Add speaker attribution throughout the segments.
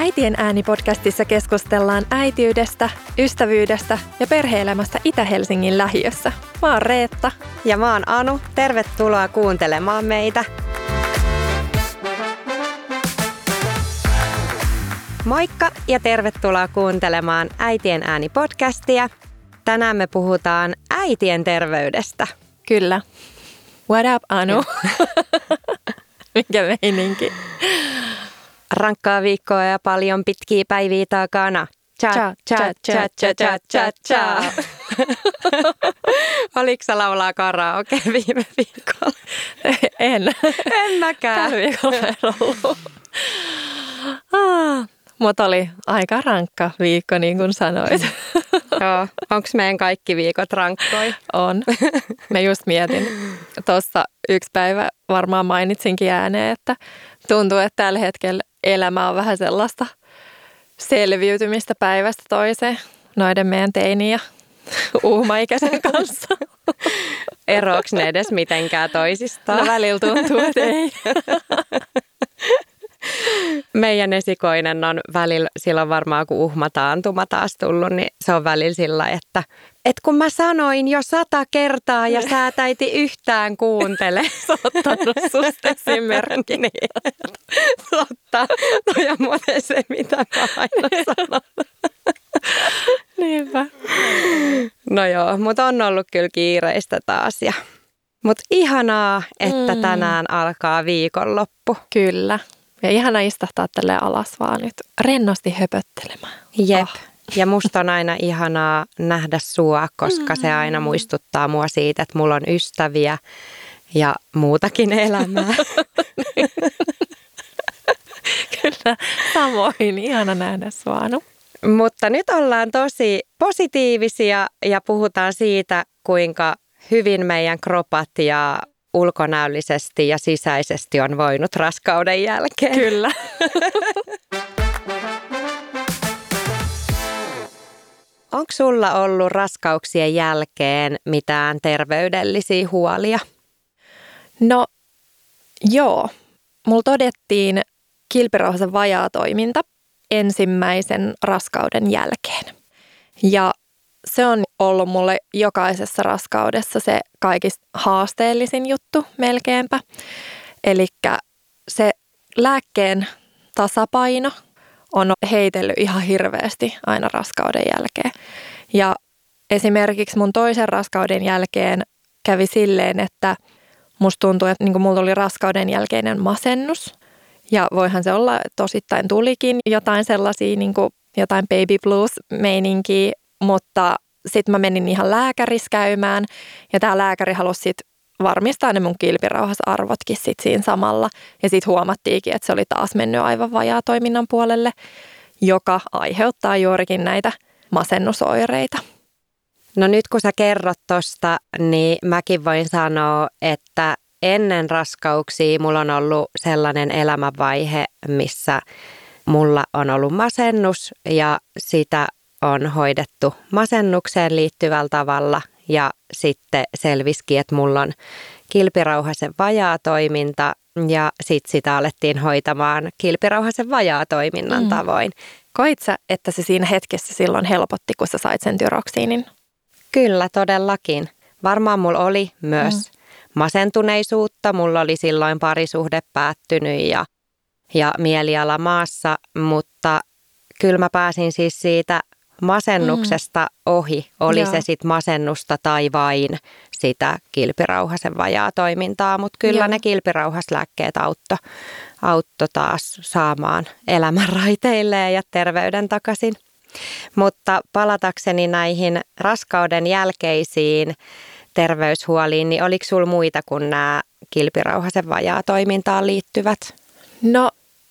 Speaker 1: Äitien ääni-podcastissa keskustellaan äitiydestä, ystävyydestä ja perhe-elämästä Itä-Helsingin lähiössä. Mä oon Reetta.
Speaker 2: Ja mä oon Anu. Tervetuloa kuuntelemaan meitä. Moikka ja tervetuloa kuuntelemaan Äitien ääni-podcastia. Tänään me puhutaan äitien terveydestä.
Speaker 1: Kyllä. What up, Anu? Mikä meininki?
Speaker 2: Rankkaa viikkoa ja paljon pitkiä päiviä takana. Cha, cha, cha, cha, cha, cha, cha. Oliko sä laulaa karaoke viime viikolla?
Speaker 1: En
Speaker 2: mäkään.
Speaker 1: Tällä viikolla en ollut. Mutta oli aika rankka viikko, niin kuin sanoit.
Speaker 2: Joo. Onko meidän kaikki viikot rankkoja?
Speaker 1: On. Mä just mietin. Tuossa yksi päivä varmaan mainitsinkin ääneen, että tuntuu, että tällä hetkellä elämä on vähän sellaista selviytymistä päivästä toiseen noiden meidän teini- ja uumaikäisen kanssa.
Speaker 2: Eroako ne edes mitenkään toisistaan?
Speaker 1: No välillä tuntuu, että ei.
Speaker 2: Meidän esikoinen on välillä, silloin varmaan kun uhmataantuma taas tullut, niin se on välillä sillä, että kun mä sanoin jo 100 kertaa ja sä et äiti yhtään kuuntele.
Speaker 1: Sä oot ottanut susta esimerkki.
Speaker 2: Niin. Totta. Toi on muuten se, mitä mä aina sanon.
Speaker 1: Niinpä.
Speaker 2: No joo, mutta on ollut kyllä kiireistä taas. Mutta ihanaa, että tänään alkaa viikonloppu.
Speaker 1: Kyllä. Ja ihana istahtaa tälleen alas vaan nyt rennosti höpöttelemään.
Speaker 2: Jep. Ja musta on aina ihanaa nähdä sua, koska se aina muistuttaa mua siitä, että mulla on ystäviä ja muutakin elämää.
Speaker 1: Kyllä, samoin. Ihana nähdä sua, Anu.
Speaker 2: Mutta nyt ollaan tosi positiivisia ja puhutaan siitä, kuinka hyvin meidän kropat ja ulkonäöllisesti ja sisäisesti on voinut raskauden jälkeen.
Speaker 1: Kyllä.
Speaker 2: Onko sulla ollut raskauksien jälkeen mitään terveydellisiä huolia?
Speaker 1: No joo. Mulla todettiin kilpirauhasen vajaatoiminta ensimmäisen raskauden jälkeen. Ja se on ollut mulle jokaisessa raskaudessa se kaikista haasteellisin juttu melkeinpä. Elikkä se lääkkeen tasapaino on heitellyt ihan hirveästi aina raskauden jälkeen. Ja esimerkiksi mun toisen raskauden jälkeen kävi silleen, että musta tuntui, että mulla tuli raskauden jälkeinen masennus. Ja voihan se olla, että osittain tulikin jotain sellaisia, jotain baby blues-meininkiä, mutta sitten mä menin ihan lääkärissä käymään ja tämä lääkäri halusi sit varmistaa ne mun kilpirauhasarvotkin sit siinä samalla. Ja sitten huomattiinkin, että se oli taas mennyt aivan vajaatoiminnan puolelle, joka aiheuttaa juurikin näitä masennusoireita.
Speaker 2: No nyt kun sä kerrot tosta, niin mäkin voin sanoa, että ennen raskauksia mulla on ollut sellainen elämänvaihe, missä mulla on ollut masennus ja sitä on hoidettu masennukseen liittyvällä tavalla ja sitten selvisikin, että mulla on kilpirauhasen vajaatoiminta ja sitten sitä alettiin hoitamaan kilpirauhasen vajaatoiminnan tavoin.
Speaker 1: Koit sä, että se siinä hetkessä silloin helpotti, kun sä sait sen tyroksiinin?
Speaker 2: Kyllä, todellakin. Varmaan mulla oli myös masentuneisuutta. Mulla oli silloin parisuhde päättynyt ja mieliala maassa, mutta kyllä mä pääsin siis siitä masennuksesta ohi. Oli se sitten masennusta tai vain sitä kilpirauhasen vajaatoimintaa, mutta kyllä ne kilpirauhaslääkkeet auttoi taas saamaan elämän raiteilleen ja terveyden takaisin. Mutta palatakseni näihin raskauden jälkeisiin terveyshuoliin, niin oliko sulla muita kuin nämä kilpirauhasen vajaatoimintaan liittyvät?
Speaker 1: No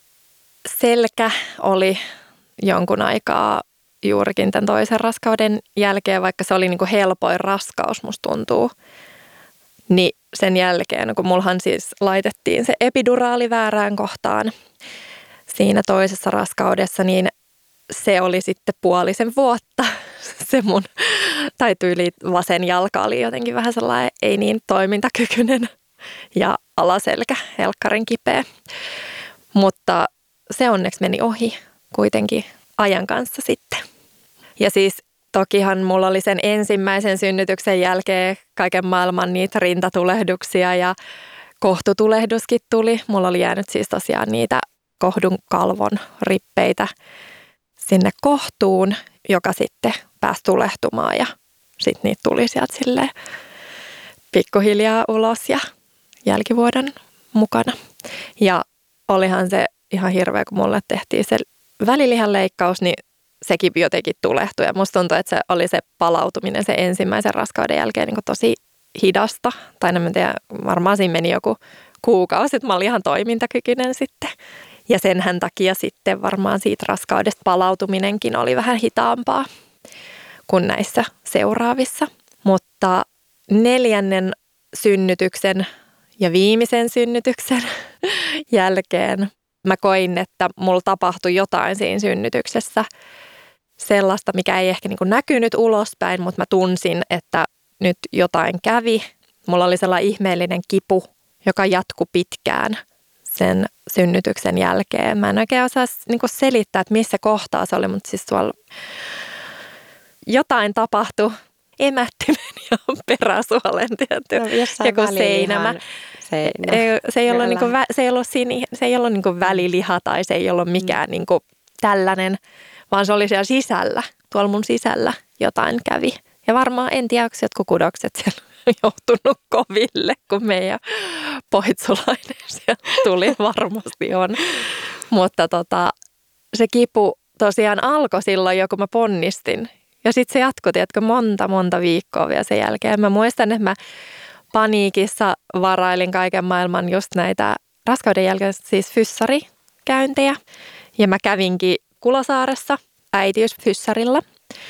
Speaker 1: selkä oli jonkun aikaa juurikin tämän toisen raskauden jälkeen, vaikka se oli helpoin raskaus, musta tuntuu. Niin sen jälkeen, kun mullahan siis laitettiin se epiduraali väärään kohtaan siinä toisessa raskaudessa, niin se oli sitten puolisen vuotta. Se mun, tai tyyli vasen jalka oli jotenkin vähän sellainen ei niin toimintakykyinen ja alaselkä helkkarin kipeä. Mutta se onneksi meni ohi kuitenkin ajan kanssa sitten. Ja siis tokihan mulla oli sen ensimmäisen synnytyksen jälkeen kaiken maailman niitä rintatulehduksia ja kohtutulehduskin tuli. Mulla oli jäänyt siis tosiaan niitä kohdun kalvon rippeitä sinne kohtuun, joka sitten pääsi tulehtumaan ja sitten niitä tuli sieltä silleen pikkuhiljaa ulos ja jälkivuodon mukana. Ja olihan se ihan hirveä, kun mulle tehtiin se välilihan leikkaus, niin sekin jotenkin tulehtui. Ja musta tuntui, että se oli se palautuminen se ensimmäisen raskauden jälkeen niin kuin tosi hidasta. Tai en tiedä, varmaan siinä meni joku kuukausi, että mä olin ihan toimintakykyinen sitten. Ja senhän takia sitten varmaan siitä raskaudesta palautuminenkin oli vähän hitaampaa kuin näissä seuraavissa. Mutta 4. synnytyksen ja viimeisen synnytyksen jälkeen mä koin, että mulla tapahtui jotain siinä synnytyksessä sellaista, mikä ei ehkä niin kuin näkynyt ulospäin, mutta mä tunsin, että nyt jotain kävi. Mulla oli sellainen ihmeellinen kipu, joka jatkui pitkään sen synnytyksen jälkeen. Mä en oikein osaa niin kuin selittää, että missä kohtaa se oli, mutta siis tuolla jotain tapahtui emättimen ja peräsuolen, joku seinämä. Se ei ollut niin kuin väliliha tai se ei ollut mikään niin kuin tällainen, vaan se oli siellä sisällä, tuolla mun sisällä jotain kävi. Ja varmaan en tiedä, onko jotkut kudokset siellä joutunut koville, kun meidän poitsulainen siellä tuli, varmasti on. Mutta se kipu tosiaan alkoi silloin jo, kun mä ponnistin. Ja sitten se jatkui, tiedätkö, monta viikkoa vielä sen jälkeen. Mä muistan, että mä paniikissa varailin kaiken maailman just näitä raskauden jälkeen siis fyssarikäyntejä. Ja mä kävinkin Kulosaaressa äitiysfyssarilla.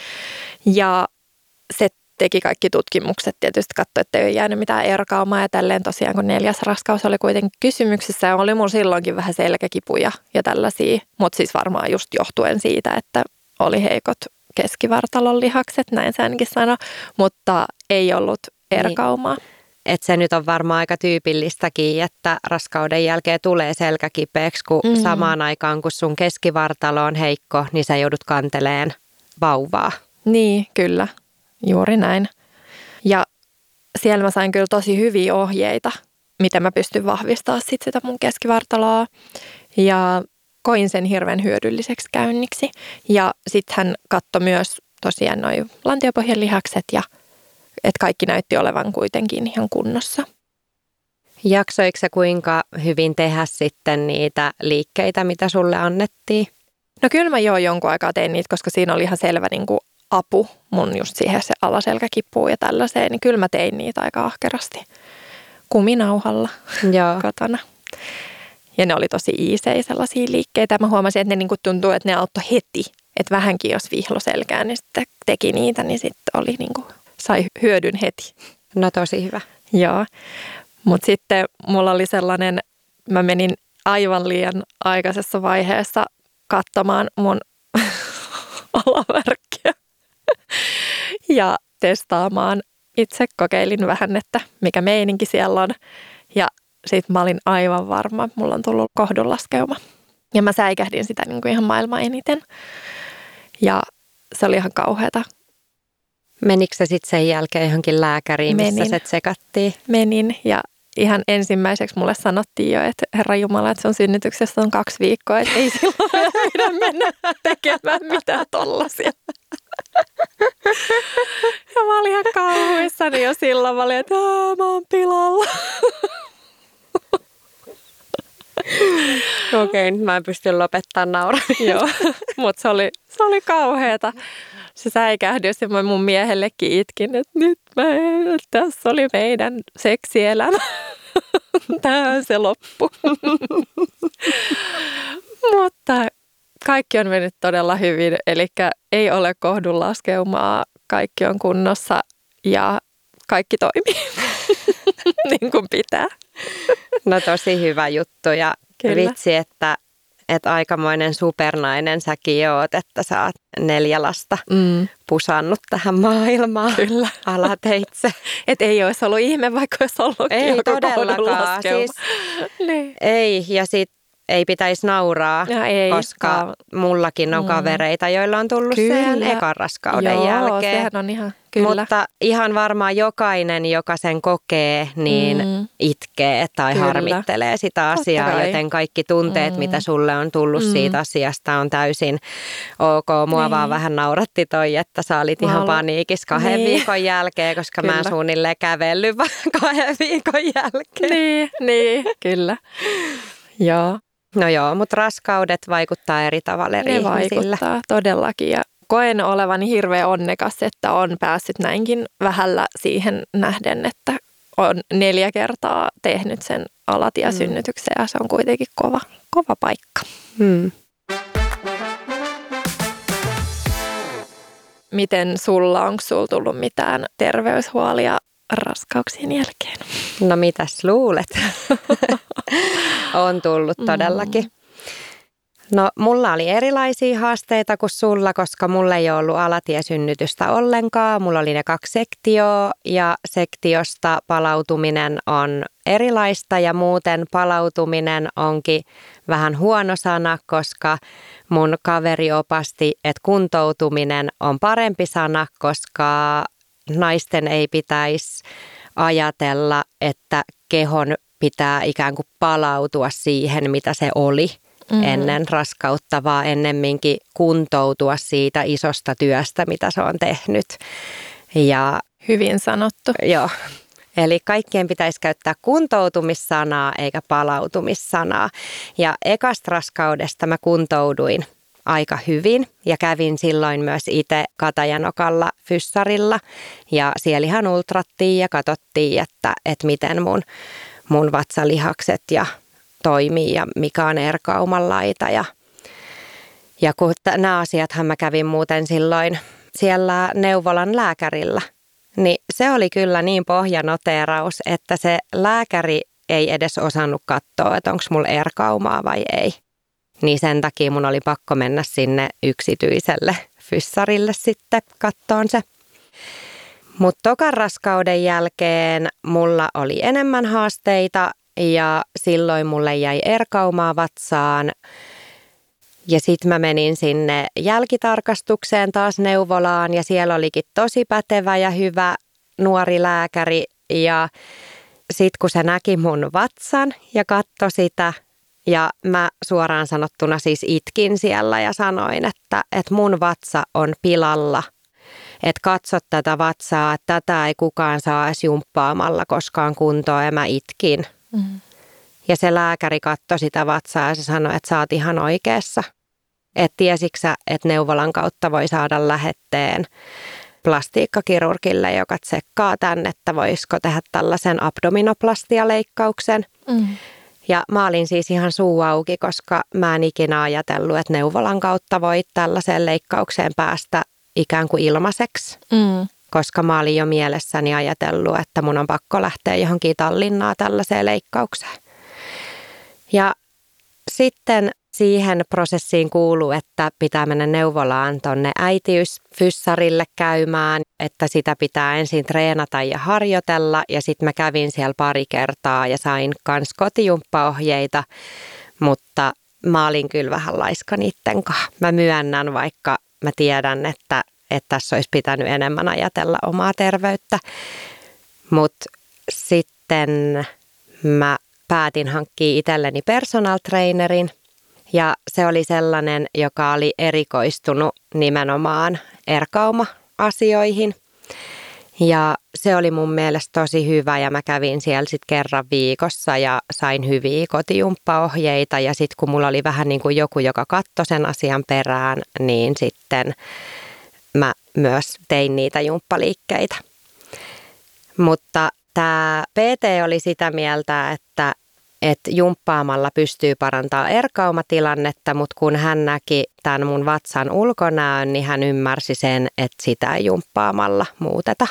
Speaker 1: Ja se teki kaikki tutkimukset, tietysti katsoi, että ei ole jäänyt mitään erkaumaa ja tälleen tosiaan, kun 4. raskaus oli kuitenkin kysymyksessä ja oli mulla silloinkin vähän selkäkipuja ja tällaisia, mutta siis varmaan just johtuen siitä, että oli heikot keskivartalon lihakset, näin se ainakin sanoi, mutta ei ollut erkaumaa.
Speaker 2: Niin. Että se nyt on varmaan aika tyypillistäkin, että raskauden jälkeen tulee selkäkipeäksi, kun samaan aikaan kun sun keskivartalo on heikko, niin sä joudut kanteleen vauvaa.
Speaker 1: Niin, kyllä. Juuri näin. Ja siellä mä sain kyllä tosi hyviä ohjeita, miten mä pystyn vahvistamaan sitä mun keskivartaloa. Ja koin sen hirveän hyödylliseksi käynniksi. Ja sitten hän katsoi myös tosiaan noi lantiopohjan lihakset ja että kaikki näytti olevan kuitenkin ihan kunnossa.
Speaker 2: Jaksoiko se kuinka hyvin tehdä sitten niitä liikkeitä, mitä sulle annettiin?
Speaker 1: No kyllä mä jonkun aikaa tein niitä, koska siinä oli ihan selvä niin kuin apu mun just siihen se alaselkäkipuun ja tällaiseen. Niin kyllä mä tein niitä aika ahkerasti kuminauhalla kotona. Ja ne oli tosi easy sellaisia liikkeitä. Mä huomasin, että ne niin kuin tuntuu, että ne auttoi heti. Että vähänkin jos vihlo selkään, niin sitten teki niitä, niin sitten oli niin kuin sai hyödyn heti.
Speaker 2: No tosi hyvä.
Speaker 1: Joo, mutta sitten mulla oli sellainen, mä menin aivan liian aikaisessa vaiheessa katsomaan mun alavärkkiä ja testaamaan. Itse kokeilin vähän, että mikä meininki siellä on ja sitten mä olin aivan varma, että mulla on tullut kohdunlaskeuma. Ja mä säikähdin sitä niin kuin ihan maailman eniten ja se oli ihan kauheata.
Speaker 2: Menikö sä sitten sen jälkeen johonkin lääkäriin, missä se tsekattiin?
Speaker 1: Menin ja ihan ensimmäiseksi mulle sanottiin jo, että Herra Jumala, että sun synnytyksestä on 2 viikkoa, että ei silloin pidä mennä tekemään mitään tollasia. Ja mä olin ihan kauhuissani jo silloin, mä olin, että mä oon pilalla.
Speaker 2: Okei, nyt mä en pysty lopettamaan nauramista.
Speaker 1: Joo, mutta se oli kauheata. Se säikähdys ja mä mun miehellekin itkin, että nyt tässä oli meidän seksielämä. Tähän se loppu. Mutta kaikki on mennyt todella hyvin, eli ei ole kohdunlaskeumaa, kaikki on kunnossa ja kaikki toimii niin kuin pitää.
Speaker 2: No tosi hyvä juttu ja kyllä. Vitsi, että aikamoinen supernainen säkin oot, että sä oot 4 lasta pusannut tähän maailmaan.
Speaker 1: Kyllä.
Speaker 2: Alateitse.
Speaker 1: Että ei olisi ollut ihme, vaikka olisi ollut
Speaker 2: ei
Speaker 1: joku
Speaker 2: todellakaan. Siis,
Speaker 1: niin.
Speaker 2: ei, ja sit ei pitäisi nauraa,
Speaker 1: ei,
Speaker 2: koska mullakin on kavereita, joilla on tullut sen ekan raskauden jälkeen.
Speaker 1: Sehän on ihan, kyllä.
Speaker 2: Mutta ihan varmaan jokainen, joka sen kokee, niin itkee tai harmittelee sitä asiaa, joten kaikki tunteet, mitä sulle on tullut siitä asiasta, on täysin ok. Mua vaan vähän nauratti toi, että sä olit ihan paniikissa 2 viikon jälkeen, koska mä en suunnilleen kävellyt vaan 2 viikon jälkeen.
Speaker 1: Niin, kyllä. Joo.
Speaker 2: No joo, mutta raskaudet vaikuttaa eri tavalla eri ihmisille.
Speaker 1: Vaikuttaa todellakin ja koen olevani hirveän onnekas, että on päässyt näinkin vähällä siihen nähden, että on 4 kertaa tehnyt sen alatiesynnytyksen ja se on kuitenkin kova paikka. Miten onko sulla tullut mitään terveyshuolia raskauksien jälkeen?
Speaker 2: No mitäs luulet? On tullut todellakin. No mulla oli erilaisia haasteita kuin sulla, koska mulla ei ollut alatiesynnytystä ollenkaan. Mulla oli ne 2 sektioa ja sektiosta palautuminen on erilaista ja muuten palautuminen onkin vähän huono sana, koska mun kaveri opasti, että kuntoutuminen on parempi sana, koska naisten ei pitäisi ajatella, että kehon pitää ikään kuin palautua siihen, mitä se oli ennen raskautta, vaan ennemminkin kuntoutua siitä isosta työstä, mitä se on tehnyt. Ja,
Speaker 1: hyvin sanottu.
Speaker 2: Joo. Eli kaikkien pitäisi käyttää kuntoutumissanaa eikä palautumissanaa. Ja ekasta raskaudesta mä kuntouduin aika hyvin ja kävin silloin myös itse Katajanokalla fyssarilla. Ja siellä ihan ultrattiin ja katsottiin, että miten mun vatsalihakset ja toimii ja mikä on R-kauman laita. Ja kun nämä asiathan mä kävin muuten silloin siellä neuvolan lääkärillä, niin se oli kyllä niin pohjanoteeraus, että se lääkäri ei edes osannut katsoa, että onko mulla R-kaumaa vai ei. Niin sen takia mun oli pakko mennä sinne yksityiselle fyssarille sitten kattoon se. Mutta tokan raskauden jälkeen mulla oli enemmän haasteita ja silloin mulle jäi R-kaumaa vatsaan. Ja sitten mä menin sinne jälkitarkastukseen taas neuvolaan ja siellä olikin tosi pätevä ja hyvä nuori lääkäri. Ja sitten kun se näki mun vatsan ja katsoi sitä ja mä suoraan sanottuna siis itkin siellä ja sanoin, että mun vatsa on pilalla. Että katso tätä vatsaa, että tätä ei kukaan saa edes jumppaamalla koskaan kuntoon ja mä itkin. Ja se lääkäri katsoi sitä vatsaa ja se sanoi, että sä oot ihan oikeassa. Että tiesiksä, että neuvolan kautta voi saada lähetteen plastiikkakirurgille, joka tsekkaa tämän, että voisiko tehdä tällaisen abdominoplastialeikkauksen. Ja mä olin siis ihan suu auki, koska mä en ikinä ajatellut, että neuvolan kautta voi tällaiseen leikkaukseen päästä ikään kuin ilmaiseksi. Koska mä olin jo mielessäni ajatellut, että mun on pakko lähteä johonkin Tallinnaan tällaiseen leikkaukseen. Ja sitten siihen prosessiin kuuluu, että pitää mennä neuvolaan tonne äitiysfyssarille käymään, että sitä pitää ensin treenata ja harjoitella. Ja sitten mä kävin siellä pari kertaa ja sain kans kotijumppaohjeita, mutta mä olin kyllä vähän laiska niitten kanssa. Mä myönnän, vaikka mä tiedän, että tässä olisi pitänyt enemmän ajatella omaa terveyttä. Mutta sitten mä päätin hankkia itselleni personal trainerin ja se oli sellainen, joka oli erikoistunut nimenomaan R-kauma-asioihin. Ja se oli mun mielestä tosi hyvä ja mä kävin siellä sitten kerran viikossa ja sain hyviä kotijumppaohjeita. Ja sitten kun mulla oli vähän niin kuin joku, joka katsoi sen asian perään, niin sitten mä myös tein niitä jumppaliikkeitä. Mutta tämä PT oli sitä mieltä, että jumppaamalla pystyy parantamaan R-kaumatilannetta, mutta kun hän näki tämän mun vatsan ulkonäön, niin hän ymmärsi sen, että sitä ei jumppaamalla muuteta.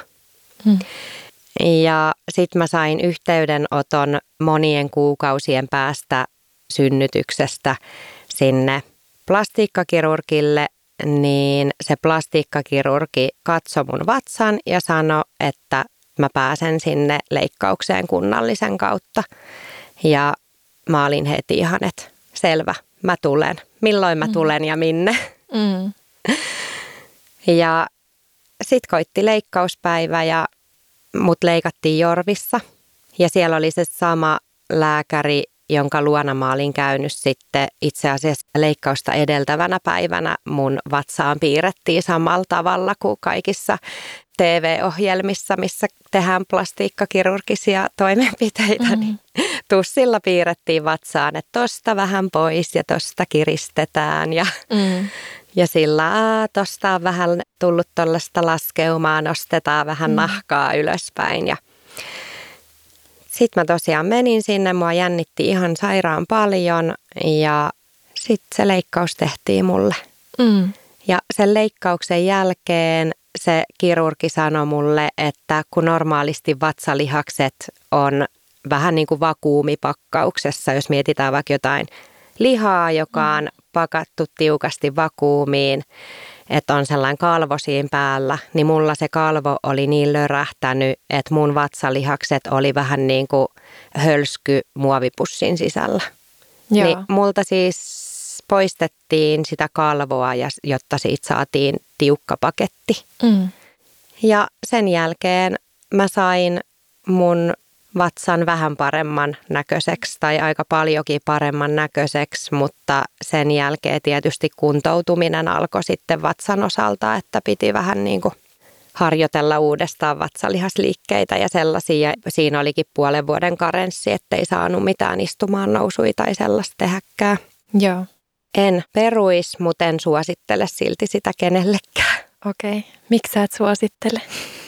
Speaker 2: Ja sitten mä sain yhteydenoton monien kuukausien päästä synnytyksestä sinne plastiikkakirurgille, niin se plastiikkakirurgi katsoi mun vatsan ja sanoi, että mä pääsen sinne leikkaukseen kunnallisen kautta. Ja mä olin heti ihan, että selvä, mä tulen. Milloin mä tulen ja minne.
Speaker 1: Mm.
Speaker 2: Ja sitten koitti leikkauspäivä ja mut leikattiin Jorvissa. Ja siellä oli se sama lääkäri, jonka luona mä olin käynyt sitten itse asiassa leikkausta edeltävänä päivänä. Mun vatsaan piirrettiin samalla tavalla kuin kaikissa TV-ohjelmissa, missä tehdään plastiikkakirurgisia toimenpiteitä. Niin tussilla piirrettiin vatsaan, että tosta vähän pois ja tosta kiristetään ja sillä tosta on vähän tullut tuollaista laskeumaa, nostetaan vähän nahkaa ylöspäin. Ja sitten mä tosiaan menin sinne, mua jännitti ihan sairaan paljon ja sitten se leikkaus tehtiin mulle. Ja sen leikkauksen jälkeen se kirurgi sanoi mulle, että kun normaalisti vatsalihakset on vähän niin kuin vakuumipakkauksessa, jos mietitään vaikka jotain lihaa, joka on pakattu tiukasti vakuumiin, että on sellainen kalvo siinä päällä, niin mulla se kalvo oli niin lörähtänyt, että mun vatsalihakset oli vähän niin kuin hölsky muovipussin sisällä.
Speaker 1: Joo.
Speaker 2: Niin multa siis poistettiin sitä kalvoa, jotta siitä saatiin tiukka paketti. Ja sen jälkeen mä sain mun vatsan vähän paremman näköiseksi tai aika paljonkin paremman näköiseksi, mutta sen jälkeen tietysti kuntoutuminen alkoi sitten vatsan osalta, että piti vähän niin kuin harjoitella uudestaan vatsalihasliikkeitä ja sellaisia. Siinä olikin 5 vuoden karenssi, ettei saanut mitään istumaan nousuja tai sellaista tehäkään.
Speaker 1: Joo.
Speaker 2: En peruisi, mutta en suosittele silti sitä kenellekään.
Speaker 1: Okei. Miksi sä et suosittele?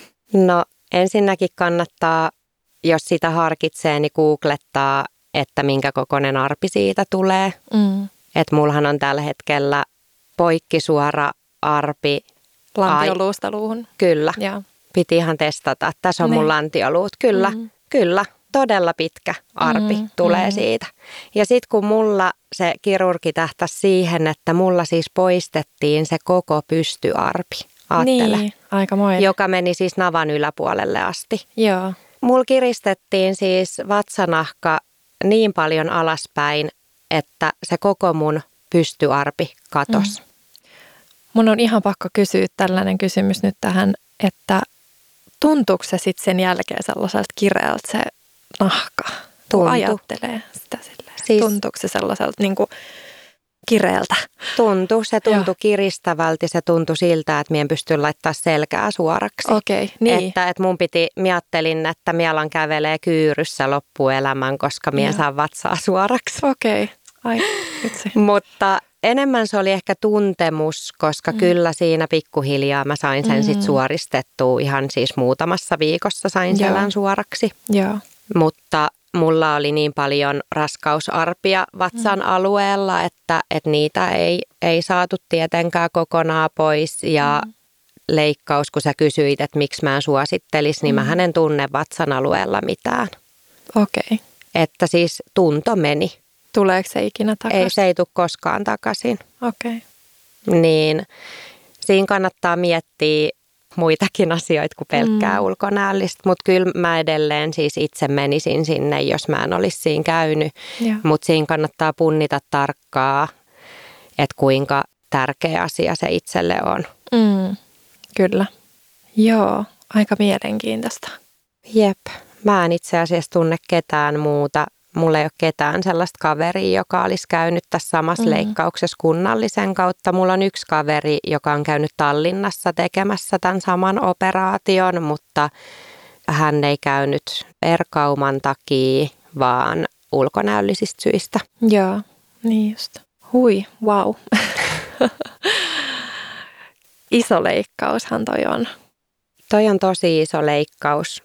Speaker 2: No ensinnäkin kannattaa, jos sitä harkitsee, niin googlettaa, että minkä kokoinen arpi siitä tulee. Että mullahan on tällä hetkellä poikkisuora arpi.
Speaker 1: Lantioluusta luuhun.
Speaker 2: Kyllä.
Speaker 1: Joo.
Speaker 2: Piti ihan testata. Tässä on mun lantioluut. Kyllä, kyllä. Todella pitkä arpi tulee siitä. Ja sitten kun mulla se kirurgi tähtäsi siihen, että mulla siis poistettiin se koko pystyarpi. Aattele.
Speaker 1: Niin, aikamoinen.
Speaker 2: Joka meni siis navan yläpuolelle asti.
Speaker 1: Joo.
Speaker 2: Mulla kiristettiin siis vatsanahka niin paljon alaspäin, että se koko mun pystyarpi katosi.
Speaker 1: Mun on ihan pakko kysyä tällainen kysymys nyt tähän, että tuntuuko se sitten sen jälkeen sellaiselta kireältä se nahka? Kun ajattelee sitä silleen. Siis, tuntuuko se sellaiselta niin kuin kireältä?
Speaker 2: Se tuntui kiristävältä ja se tuntui siltä, että mien pystyi laittaa selkää suoraksi.
Speaker 1: Okei, niin.
Speaker 2: Että mun ajattelin, että mielan kävelee kyyryssä loppuelämän, koska mien saa vatsaa suoraksi.
Speaker 1: Okei, ai vitsi.
Speaker 2: Mutta enemmän se oli ehkä tuntemus, koska kyllä siinä pikkuhiljaa mä sain sen sit suoristettua ihan siis muutamassa viikossa sain selän suoraksi.
Speaker 1: Joo.
Speaker 2: Mutta mulla oli niin paljon raskausarpia vatsan alueella, että niitä ei saatu tietenkään kokonaan pois. Ja leikkaus, kun sä kysyit, että miksi mä en suosittelisi, niin mähän en tunne vatsan alueella mitään.
Speaker 1: Okei.
Speaker 2: Että siis tunto meni.
Speaker 1: Tuleeko se ikinä takaisin?
Speaker 2: Ei, se ei tule koskaan takaisin.
Speaker 1: Okei.
Speaker 2: Niin siinä kannattaa miettiä muitakin asioita kuin pelkkää ulkonäöllistä, mutta kyllä mä edelleen siis itse menisin sinne, jos mä en olisi siinä käynyt. Mutta siinä kannattaa punnita tarkkaa, että kuinka tärkeä asia se itselle on.
Speaker 1: Kyllä. Joo, aika mielenkiintoista.
Speaker 2: Jep, mä en itse asiassa tunne ketään muuta. Mulla ei ole ketään sellaista kaveria, joka olisi käynyt tässä samassa leikkauksessa kunnallisen kautta. Mulla on yksi kaveri, joka on käynyt Tallinnassa tekemässä tämän saman operaation, mutta hän ei käynyt verkauman takia, vaan ulkonäöllisistä syistä.
Speaker 1: Joo, niin just. Hui, vau. Iso leikkaushan toi on.
Speaker 2: Toi on tosi iso leikkaus.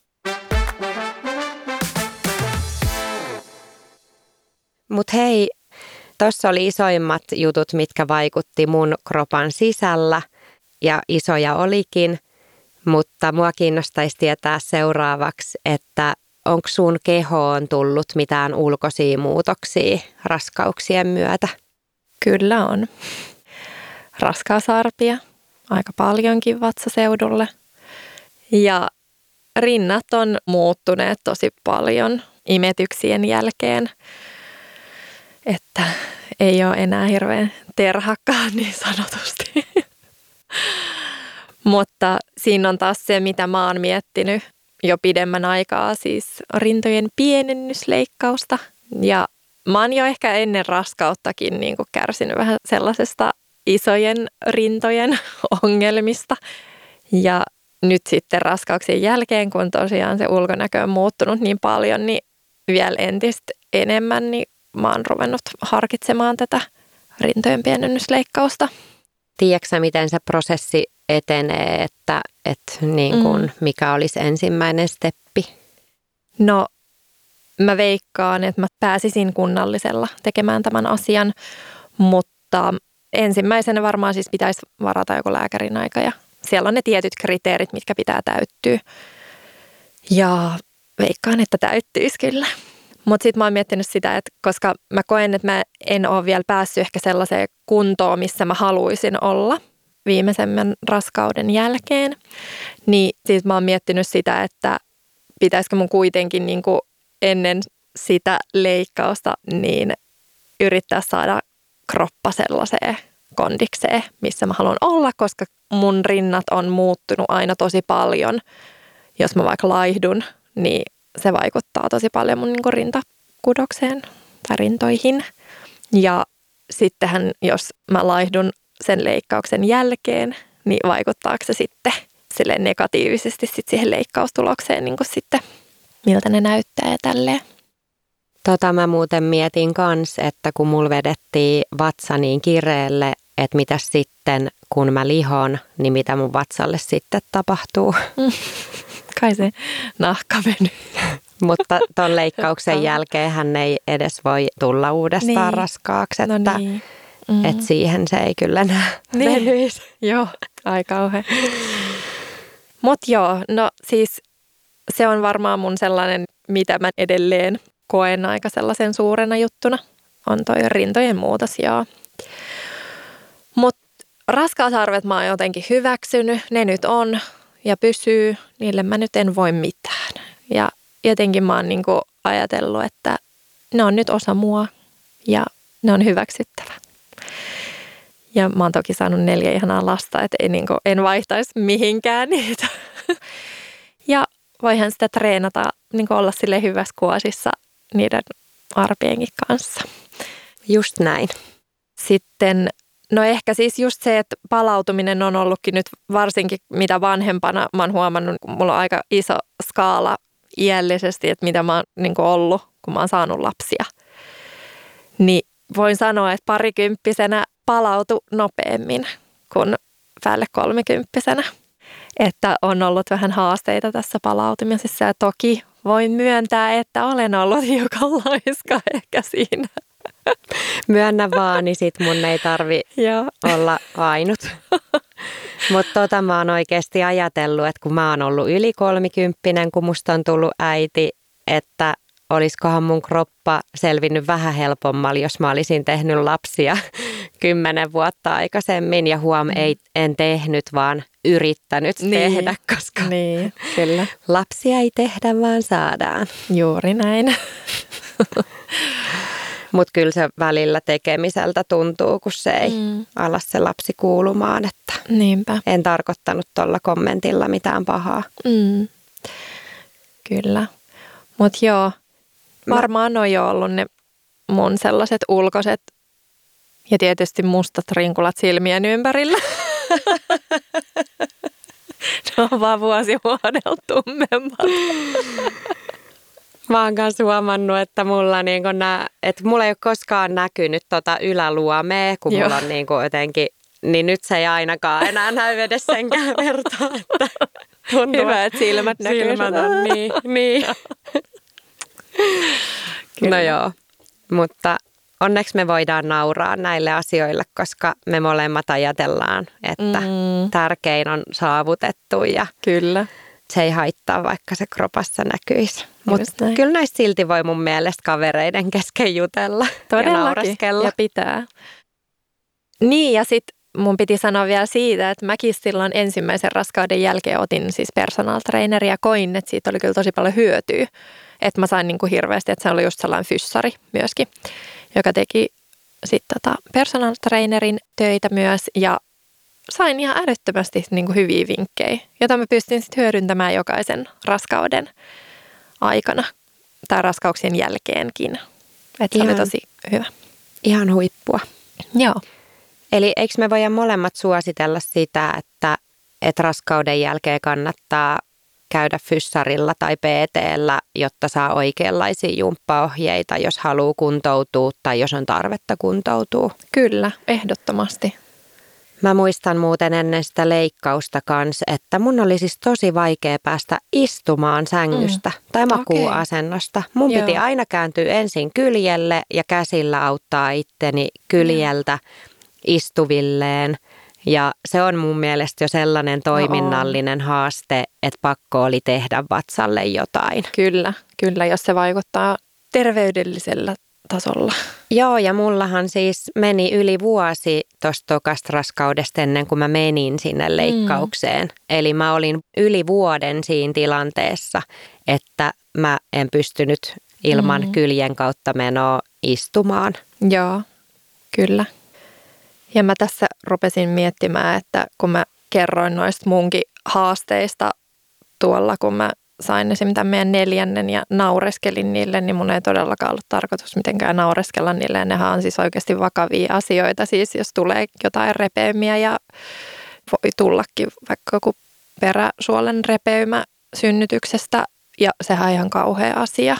Speaker 2: Mut hei, tossa oli isoimmat jutut, mitkä vaikutti mun kropan sisällä ja isoja olikin, mutta mua kiinnostaisi tietää seuraavaksi, että onko sun kehoon tullut mitään ulkoisia muutoksia raskauksien myötä?
Speaker 1: Kyllä on. Raskausarpia, aika paljonkin vatsaseudulle ja rinnat on muuttuneet tosi paljon imetyksien jälkeen. Että ei ole enää hirveän terhakkaan niin sanotusti. Mutta siinä on taas se, mitä mä oon miettinyt jo pidemmän aikaa, siis rintojen pienennysleikkausta. Ja mä oon jo ehkä ennen raskauttakin niin kuin kärsinyt vähän sellaisesta isojen rintojen ongelmista. Ja nyt sitten raskauksien jälkeen, kun tosiaan se ulkonäkö on muuttunut niin paljon, niin vielä entistä enemmän, niin mä oon ruvennut harkitsemaan tätä rintojen pienennysleikkausta.
Speaker 2: Tiedätkö sä, miten se prosessi etenee, että niin kun, mikä olisi ensimmäinen steppi?
Speaker 1: No, mä veikkaan, että mä pääsisin kunnallisella tekemään tämän asian, mutta ensimmäisenä varmaan siis pitäisi varata joku lääkärin aika ja siellä on ne tietyt kriteerit, mitkä pitää täyttyä. Ja veikkaan, että täyttyisi kyllä. Mutta sitten mä oon miettinyt sitä, että koska mä koen, että mä en ole vielä päässyt ehkä sellaiseen kuntoon, missä mä haluaisin olla viimeisemmän raskauden jälkeen, niin siis mä oon miettinyt sitä, että pitäisikö mun kuitenkin niin kuin ennen sitä leikkausta niin yrittää saada kroppa sellaiseen kondikseen, missä mä haluan olla, koska mun rinnat on muuttunut aina tosi paljon. Jos mä vaikka laihdun, niin se vaikuttaa tosi paljon mun niin rintakudokseen tai rintoihin. Ja sittenhän, jos mä laihdun sen leikkauksen jälkeen, niin vaikuttaako se sitten silleen negatiivisesti sit siihen leikkaustulokseen, niin kuin sitten miltä ne näyttää ja tälleen.
Speaker 2: Mä muuten mietin kans, että kun mulla vedettiin vatsa niin kireelle, että mitä sitten, kun mä lihon, niin mitä mun vatsalle sitten tapahtuu.
Speaker 1: Kai se nahka venyy.
Speaker 2: Mutta ton leikkauksen jälkeen hän ei edes voi tulla uudestaan raskaaksi, että,
Speaker 1: no niin.
Speaker 2: että siihen se ei kyllä enää venyisi.
Speaker 1: Joo, ai kauhean. Mut joo, no siis se on varmaan mun sellainen, mitä mä edelleen koen aika sellaisen suurena juttuna, on toi rintojen muutos, joo. Mutta raskausarvet mä oon jotenkin hyväksynyt, ne nyt on ja pysyy, niille mä nyt en voi mitään. Ja jotenkin mä oon niinku ajatellut, että ne on nyt osa mua ja ne on hyväksyttävä. Ja mä oon toki saanut 4 ihanaa lasta, että en vaihtaisi mihinkään niitä. Ja voihan sitä treenata, niin olla sille hyvässä kuosissa niiden arpienkin kanssa.
Speaker 2: Just näin.
Speaker 1: Sitten, no ehkä siis just se, että palautuminen on ollutkin nyt varsinkin mitä vanhempana. Mä oon huomannut, kun mulla on aika iso skaala iällisesti, että mitä mä oon niin ollut, kun mä oon saanut lapsia. Niin voin sanoa, että parikymppisenä palautui nopeammin kuin päälle 30-vuotiaana. Että on ollut vähän haasteita tässä palautumisessa ja toki voin myöntää, että olen ollut hiukan laiska ehkä siinä.
Speaker 2: Myönnä vaan, niin sit mun ei tarvi olla ainut. Mutta mä oon oikeasti ajatellut, että kun mä oon ollut yli 30, kun musta on tullut äiti, että olisikohan mun kroppa selvinnyt vähän helpommalla, jos mä olisin tehnyt lapsia 10 vuotta aikaisemmin. Ja en tehnyt, vaan yrittänyt tehdä, koska
Speaker 1: kyllä.
Speaker 2: Lapsia ei tehdä, vaan saadaan.
Speaker 1: Juuri näin.
Speaker 2: Mutta kyllä se välillä tekemiseltä tuntuu, kun se ei ala se lapsi kuulumaan. Että
Speaker 1: niinpä.
Speaker 2: En tarkoittanut tuolla kommentilla mitään pahaa.
Speaker 1: Kyllä. Mutta joo, varmaan on jo ollut ne mun sellaiset ulkoiset ja tietysti mustat rinkulat silmien ympärillä. Ne on vaan vuosi vuodelta tummemmat.
Speaker 2: Mä oon kanssa huomannut, että mulla, mulla ei ole koskaan näkynyt yläluomea, kun mulla on jotenkin, niin nyt se ei ainakaan enää näy edes senkään vertaa. Että tuntuu,
Speaker 1: hyvä, että silmät näkyy.
Speaker 2: Silmät on, niin. No joo, mutta onneksi me voidaan nauraa näille asioille, koska me molemmat ajatellaan, että tärkein on saavutettu ja
Speaker 1: kyllä.
Speaker 2: Se ei haittaa, vaikka se kropassa näkyisi. Mutta kyllä näistä silti voi mun mielestä kavereiden kesken jutella ja naureskella.
Speaker 1: Ja pitää. Niin ja sitten mun piti sanoa vielä siitä, että mäkin silloin ensimmäisen raskauden jälkeen otin siis personal traineri ja koin, että siitä oli kyllä tosi paljon hyötyä. Että mä sain hirveästi, että se oli just sellainen fyssari myöskin, joka teki sitten personal trainerin töitä myös ja sain ihan älyttömästi niin kuin hyviä vinkkejä, joita mä pystyn sitten hyödyntämään jokaisen raskauden aikana tai raskauksien jälkeenkin. Että se oli tosi hyvä.
Speaker 2: Ihan huippua.
Speaker 1: Joo.
Speaker 2: Eli eikö me voida molemmat suositella sitä, että raskauden jälkeen kannattaa käydä fyssarilla tai PT:llä, jotta saa oikeanlaisia jumppaohjeita, jos haluaa kuntoutua tai jos on tarvetta kuntoutua?
Speaker 1: Kyllä, ehdottomasti.
Speaker 2: Mä muistan muuten ennen sitä leikkausta kanssa, että mun oli siis tosi vaikea päästä istumaan sängystä tai makuuasennosta. Mun piti aina kääntyä ensin kyljelle ja käsillä auttaa itteni kyljeltä istuvilleen. Ja se on mun mielestä jo sellainen toiminnallinen haaste, että pakko oli tehdä vatsalle jotain.
Speaker 1: Kyllä, jos se vaikuttaa terveydellisellä tasolla.
Speaker 2: Joo, ja mullahan siis meni yli vuosi tuosta tokasta raskaudesta ennen kuin mä menin sinne leikkaukseen. Eli mä olin yli vuoden siinä tilanteessa, että mä en pystynyt ilman kyljen kautta menoa istumaan.
Speaker 1: Joo, kyllä. Ja mä tässä rupesin miettimään, että kun mä kerroin noista munkin haasteista tuolla, kun mä sain esimerkiksi tämän meidän 4. ja naureskelin niille, niin mun ei todellakaan ollut tarkoitus mitenkään naureskella niille. Ja nehän on siis oikeasti vakavia asioita, siis jos tulee jotain repeymiä ja voi tullakin vaikka joku peräsuolen repeymä synnytyksestä ja sehän on ihan kauhea asia.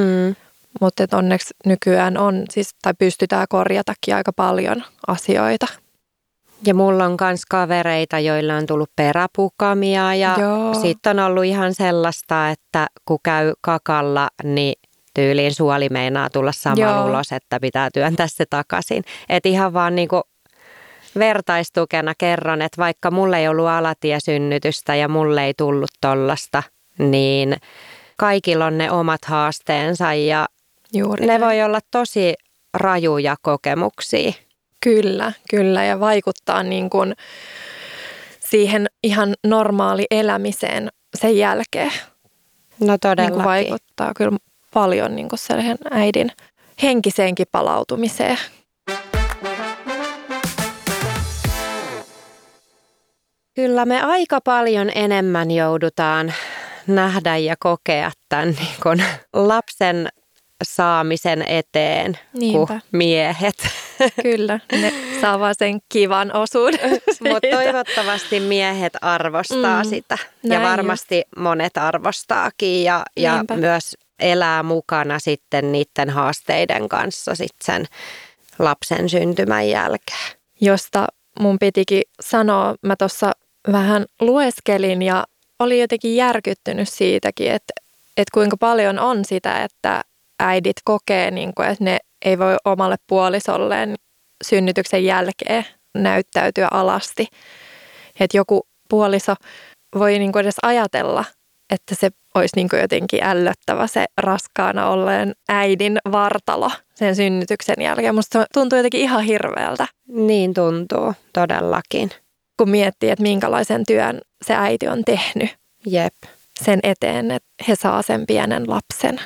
Speaker 1: Mutta onneksi nykyään on, siis, tai pystytään korjatakin aika paljon asioita.
Speaker 2: Ja mulla on myös kavereita, joilla on tullut peräpukamia ja sitten on ollut ihan sellaista, että kun käy kakalla, niin tyyliin suoli meinaa tulla samalla ulos, että pitää työntää se takaisin. Että ihan vaan niinku vertaistukena kerron, että vaikka mulla ei ollut alatiesynnytystä ja mulle ei tullut tollasta, niin kaikilla on ne omat haasteensa ja ne voi olla tosi rajuja kokemuksia.
Speaker 1: Kyllä ja vaikuttaa niin kuin siihen ihan normaali elämiseen sen jälkeen.
Speaker 2: No todellakin.
Speaker 1: Niin vaikuttaa kyllä paljon niin kuin siihen äidin henkiseenkin palautumiseen.
Speaker 2: Kyllä me aika paljon enemmän joudutaan nähdä ja kokea tämän niin kuin lapsen saamisen eteen kuin miehet.
Speaker 1: Kyllä, ne saa vaan sen kivan osuuden.
Speaker 2: Mutta toivottavasti miehet arvostaa sitä. Ja varmasti monet arvostaakin ja myös elää mukana sitten niiden haasteiden kanssa sitten sen lapsen syntymän jälkeen.
Speaker 1: Josta mun pitikin sanoa, mä tuossa vähän lueskelin ja olin jotenkin järkyttynyt siitäkin, että kuinka paljon on sitä, että äidit kokee, niin kuin, että ne ei voi omalle puolisolleen synnytyksen jälkeen näyttäytyä alasti. Että joku puoliso voi niin kuin edes ajatella, että se olisi niin kuin jotenkin ällöttävä se raskaana olleen äidin vartalo sen synnytyksen jälkeen. Musta se tuntuu jotenkin ihan hirveältä.
Speaker 2: Niin tuntuu, todellakin.
Speaker 1: Kun miettii, että minkälaisen työn se äiti on tehnyt sen eteen, että he saa sen pienen lapsen.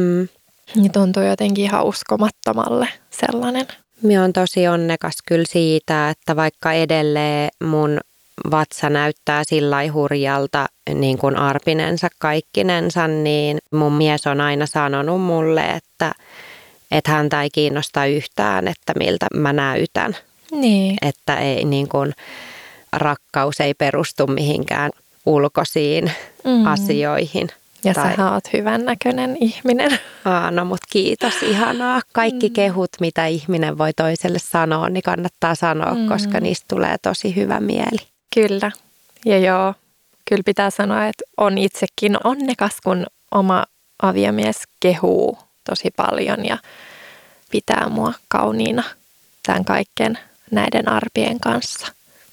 Speaker 1: Niin tuntuu jotenkin ihan uskomattomalle sellainen.
Speaker 2: Minä olen tosi onnekas kyllä siitä, että vaikka edelleen mun vatsa näyttää sillai hurjalta niin kuin arpinensa kaikkinensa, niin mun mies on aina sanonut mulle, että häntä ei kiinnosta yhtään, että miltä mä näytän.
Speaker 1: Niin.
Speaker 2: Että ei, niin kuin, rakkaus ei perustu mihinkään ulkoisiin asioihin.
Speaker 1: Ja sähän oot hyvännäköinen ihminen.
Speaker 2: No mut kiitos, ihanaa. Kaikki kehut, mitä ihminen voi toiselle sanoa, niin kannattaa sanoa, koska niistä tulee tosi hyvä mieli.
Speaker 1: Kyllä. Ja kyllä pitää sanoa, että on itsekin onnekas, kun oma aviomies kehuu tosi paljon ja pitää mua kauniina tämän kaiken näiden arpien kanssa.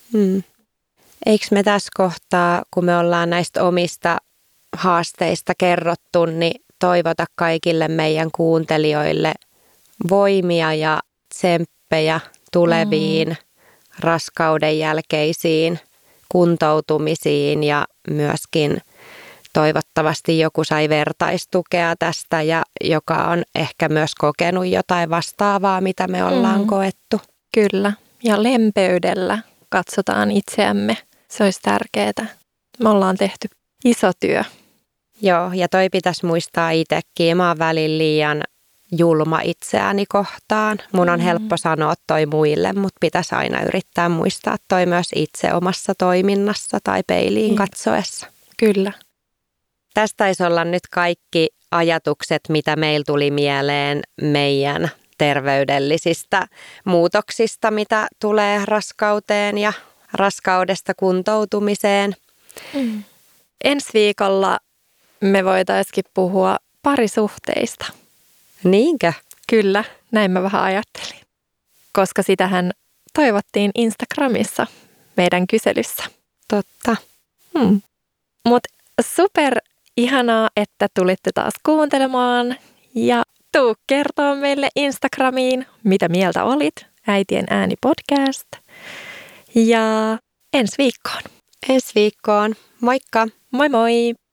Speaker 2: Eikö me tässä kohtaa, kun me ollaan näistä omista haasteista kerrottu, niin toivota kaikille meidän kuuntelijoille voimia ja tsemppejä tuleviin raskauden jälkeisiin kuntoutumisiin ja myöskin toivottavasti joku sai vertaistukea tästä ja joka on ehkä myös kokenut jotain vastaavaa, mitä me ollaan koettu.
Speaker 1: Kyllä, ja lempeydellä katsotaan itseämme. Se olisi tärkeää. Me ollaan tehty iso työ.
Speaker 2: Joo, ja toi pitäisi muistaa itsekin. Mä oon välillä liian julma itseäni kohtaan. Mun on helppo sanoa toi muille, mutta pitäisi aina yrittää muistaa toi myös itse omassa toiminnassa tai peiliin katsoessa.
Speaker 1: Kyllä.
Speaker 2: Tästä taisi olla nyt kaikki ajatukset, mitä meillä tuli mieleen meidän terveydellisistä muutoksista, mitä tulee raskauteen ja raskaudesta kuntoutumiseen.
Speaker 1: Ensi viikolla me voitaisiin puhua parisuhteista.
Speaker 2: Niinkö?
Speaker 1: Kyllä, näin mä vähän ajattelin. Koska sitähän toivottiin Instagramissa meidän kyselyssä.
Speaker 2: Totta.
Speaker 1: Mutta super ihanaa, että tulitte taas kuuntelemaan ja tuu kertoa meille Instagramiin, mitä mieltä olit. Äitien ääni podcast. Ja ensi viikkoon.
Speaker 2: Ensi viikkoon. Moikka!
Speaker 1: Moi moi!